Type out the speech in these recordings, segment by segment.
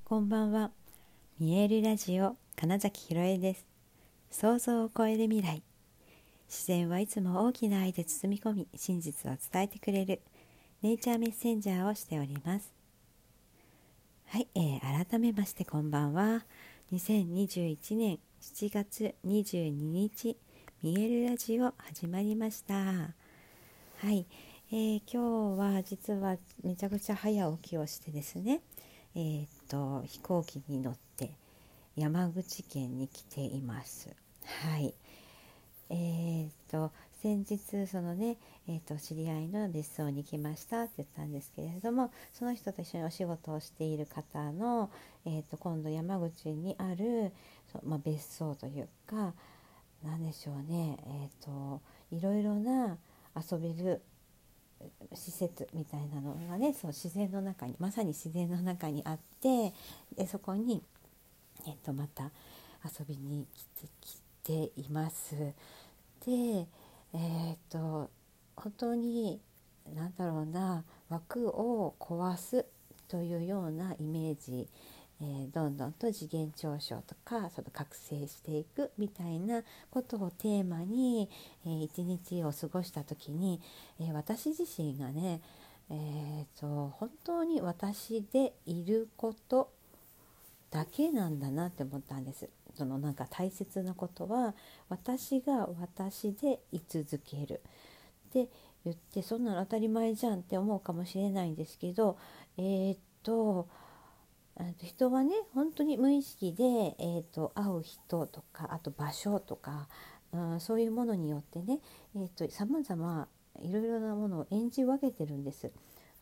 こんばんは。見えるラジオ金崎ひろえです。想像を超える未来。自然はいつも大きな愛で包み込み、真実を伝えてくれるネイチャーメッセンジャーをしております。はい、改めましてこんばんは。2021年7月22日見えるラジオ始まりました。はい、今日は実はめちゃくちゃ早起きをしてですね、飛行機に乗って山口県に来ています。はい。先日そのね、知り合いの別荘に来ましたって言ったんですけれども、その人と一緒にお仕事をしている方の、今度山口にある別荘というか、なんでしょうね、いろいろな遊べる施設みたいなのがね、そう自然の中に、まさに自然の中にあって、でそこに、また遊びに来ています。で、本当に何だろうな、枠を壊すというようなイメージ、どんどんと次元上昇とかその覚醒していくみたいなことをテーマに、一日を過ごした時に、私自身がね、本当に私でいることだけなんだなって思ったんです。そのなんか大切なことは、私が私で居続けるって言って、そんなの当たり前じゃんって思うかもしれないんですけど、人はね本当に無意識で、会う人とか、あと場所とか、そういうものによってね、様々いろいろなものを演じ分けてるんです。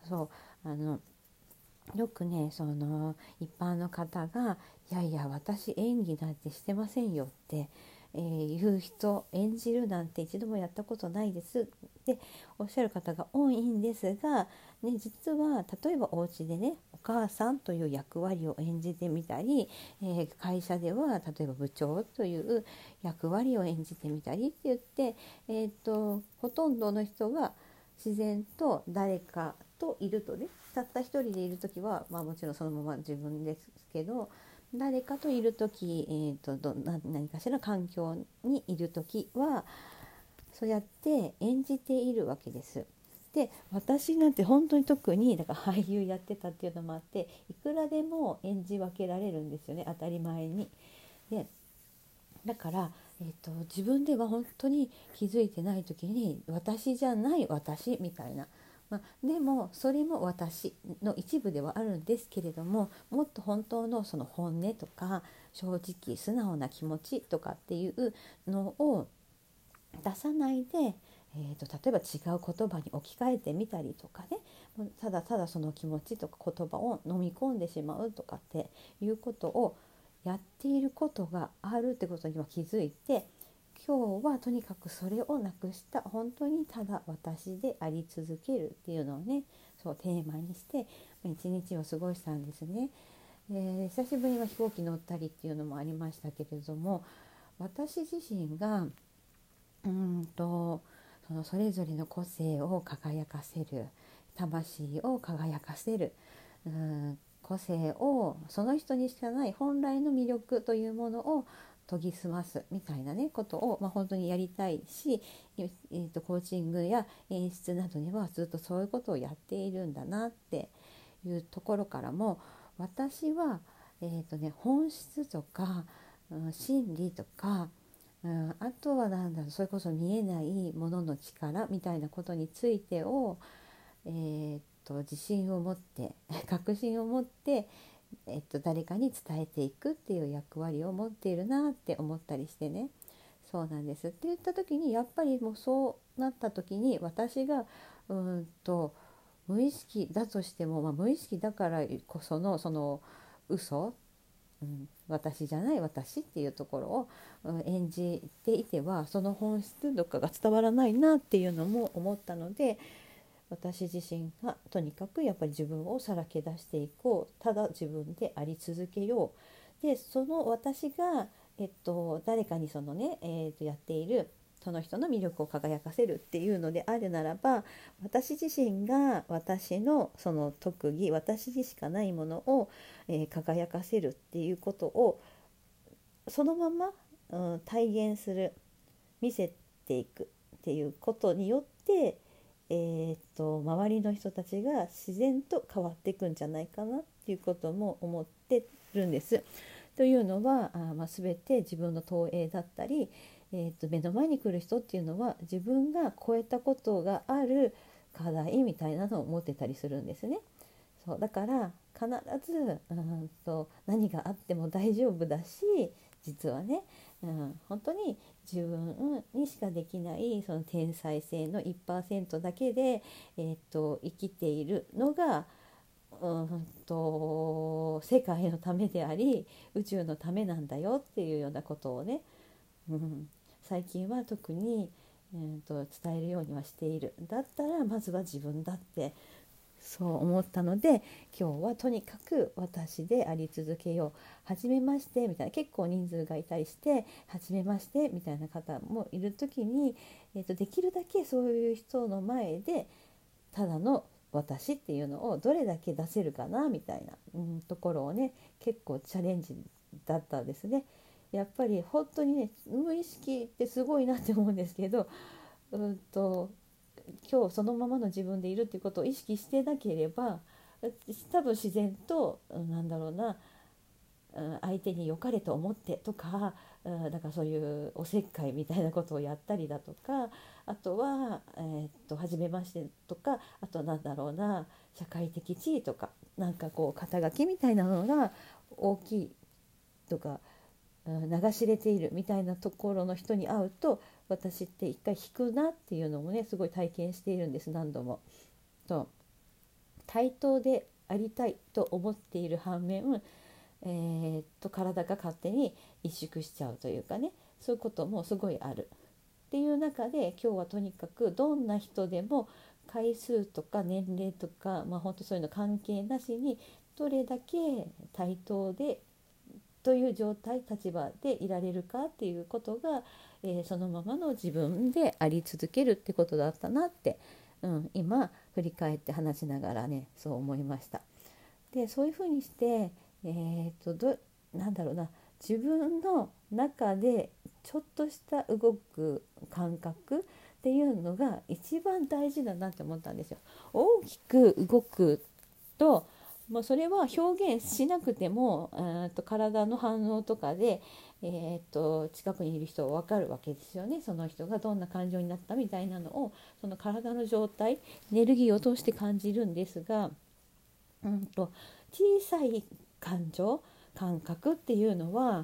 よくね、その一般の方が「いやいや私演技なんてしてませんよ」って、言う人、演じるなんて一度もやったことないですっておっしゃる方が多いんですが、ね、実は例えばお家でね、お母さんという役割を演じてみたり、会社では例えば部長という役割を演じてみたりって言って、ほとんどの人は自然と誰かといるとね、たった一人でいるときは、もちろんそのまま自分ですけど、誰かといるとき、何かしら環境にいるときはそうやって演じているわけです。で、私なんて本当に特にだから俳優やってたっていうのもあって、いくらでも演じ分けられるんですよね、当たり前に。でだから、自分では本当に気づいてない時に私じゃない私みたいな、でもそれも私の一部ではあるんですけれども、もっと本当のその本音とか正直素直な気持ちとかっていうのを出さないで、例えば違う言葉に置き換えてみたりとかね、ただただその気持ちとか言葉を飲み込んでしまうとかっていうことをやっていることがあるってことには気づいて、今日はとにかくそれをなくした、本当にただ私であり続けるっていうのをね、そうテーマにして一日を過ごしたんですね。久しぶりに飛行機乗ったりっていうのもありましたけれども、私自身がそれぞれの個性を輝かせる、魂を輝かせる、個性をその人にしかない本来の魅力というものを研ぎ澄ますみたいなねことを、本当にやりたいし、コーチングや演出などにはずっとそういうことをやっているんだなっていうところからも、私は、本質とか、真理とか、あとはそれこそ見えないものの力みたいなことについてを、自信を持って確信を持って、誰かに伝えていくっていう役割を持っているなって思ったりしてね。そうなんですって言った時に、やっぱりもうそうなった時に、私が無意識だとしても、無意識だからこそのその嘘、私じゃない私っていうところを、演じていてはその本質とかが伝わらないなっていうのも思ったので、私自身がとにかくやっぱり自分をさらけ出していこう、ただ自分であり続けよう。でその私が、誰かにそのね、やっているその人の魅力を輝かせるっていうのであるならば、私自身が私のその特技、私にしかないものを、輝かせるっていうことをそのまま、体現する、見せていくっていうことによって、周りの人たちが自然と変わっていくんじゃないかなっていうことも思ってるんです。というのは全て自分の投影だったり、目の前に来る人っていうのは自分が超えたことがある課題みたいなのを持ってたりするんですね。そうだから必ず何があっても大丈夫だし、実はね、本当に自分にしかできないその天才性の 1% だけで、生きているのが世界のためであり宇宙のためなんだよっていうようなことをね、最近は特に、伝えるようにはしている。だったらまずは自分だってそう思ったので、今日はとにかく私であり続けよう、初めましてみたいな、結構人数がいたりして初めましてみたいな方もいる時に、できるだけそういう人の前でただの私っていうのをどれだけ出せるかなみたいな、ところをね、結構チャレンジだったんですね。やっぱり本当にね、無意識ってすごいなって思うんですけど、今日そのままの自分でいるっていうことを意識してなければ、多分自然と、なんだろうな、相手に良かれと思ってとか、だからそういうおせっかいみたいなことをやったりだとか、あとは、初めましてとか、あとなんだろうな、社会的地位とか、なんかこう肩書きみたいなのが大きいとか、流し入れているみたいなところの人に会うと、私って一回引くなっていうのもね、すごい体験しているんです。何度もと対等でありたいと思っている反面、体が勝手に萎縮しちゃうというかね、そういうこともすごいあるっていう中で、今日はとにかくどんな人でも回数とか年齢とか、本当そういうの関係なしに、どれだけ対等でという状態、立場でいられるかっていうことが、そのままの自分であり続けるってことだったなって、今振り返って話しながらね、そう思いました。でそういうふうにして、なんだろうな、自分の中でちょっとした動く感覚っていうのが一番大事だなって思ったんですよ。大きく動くと、もうそれは表現しなくても体の反応とかで、近くにいる人は分かるわけですよね。その人がどんな感情になったみたいなのを、その体の状態、エネルギーを通して感じるんですが、小さい感情、感覚っていうのは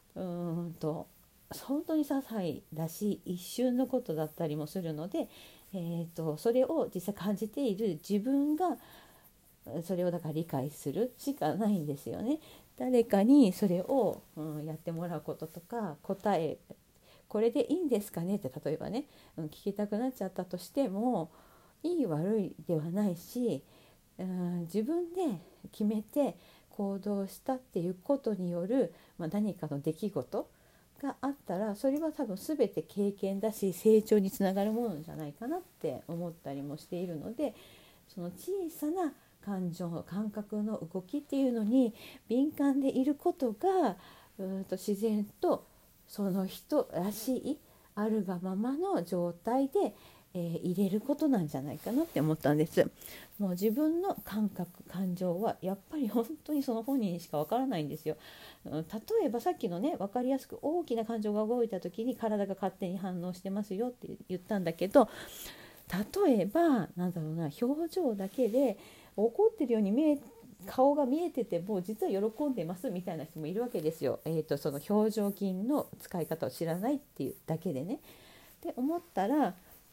本当に些細だし一瞬のことだったりもするので、それを実際感じている自分がそれをだから理解するしかないんですよね。誰かにそれを、やってもらうこととか、これでいいんですかねって例えばね、聞きたくなっちゃったとしても、いい悪いではないし、自分で決めて行動したっていうことによる、何かの出来事があったら、それは多分全て経験だし成長につながるものじゃないかなって思ったりもしているので、その小さな感情、感覚の動きっていうのに敏感でいることが、自然とその人らしいあるがままの状態で、入れることなんじゃないかなって思ったんです。もう自分の感覚、感情はやっぱり本当にその本人にしかわからないんですよ。例えばさっきのね、分かりやすく大きな感情が動いた時に体が勝手に反応してますよって言ったんだけど、例えばなんだろうな、表情だけで怒ってるように顔が見えてても実は喜んでますみたいな人もいるわけですよ。その表情筋の使い方を知らないっていうだけでね。で思ったら、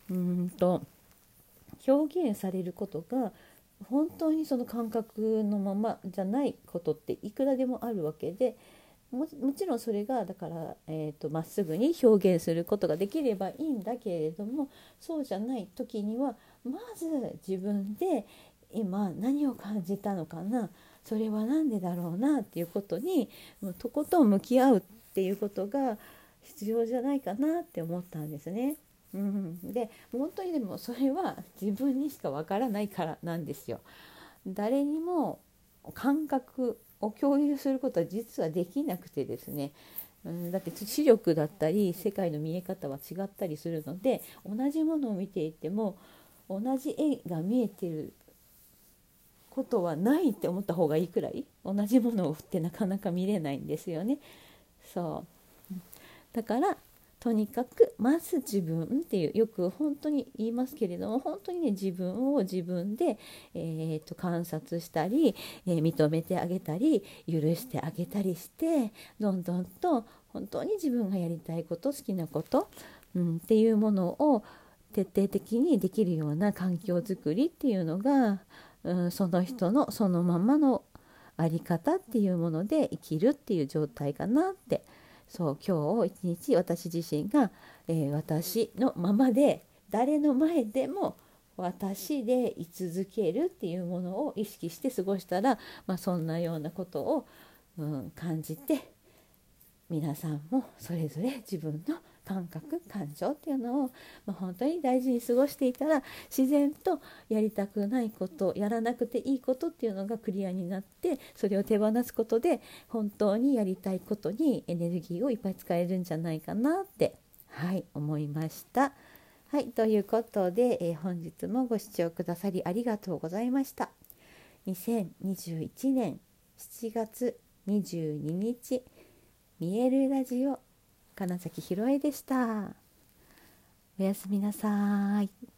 表現されることが本当にその感覚のままじゃないことっていくらでもあるわけで、もちろんそれがだから、まっすぐに表現することができればいいんだけれども、そうじゃない時にはまず自分で今何を感じたのかな、それは何でだろうなっていうことにとことん向き合うっていうことが、 必要じゃないかなって思ったんですね。で本当にでもそれは自分にしかわからないからなんですよ。誰にも感覚を共有することは実はできなくてですね、だって視力だったり世界の見え方は違ったりするので、同じものを見ていても同じ絵が見えてることはないって思った方がいいくらい、同じものをってなかなか見れないんですよね。そうだからとにかくまず自分っていう、よく本当に言いますけれども、本当にね自分を自分で、観察したり、認めてあげたり許してあげたりして、どんどんと本当に自分がやりたいこと、好きなこと、っていうものを徹底的にできるような環境づくりっていうのが、その人のそのままのあり方っていうもので生きるっていう状態かなって。そう今日一日私自身が、私のままで誰の前でも私で居続けるっていうものを意識して過ごしたら、そんなようなことを、感じて、皆さんもそれぞれ自分の感覚感情っていうのを、本当に大事に過ごしていたら、自然とやりたくないこと、やらなくていいことっていうのがクリアになって、それを手放すことで本当にやりたいことにエネルギーをいっぱい使えるんじゃないかなって、思いました。ということで、本日もご視聴くださりありがとうございました。2021年7月22日見えるラジオ、金崎ひろえでした。おやすみなさい。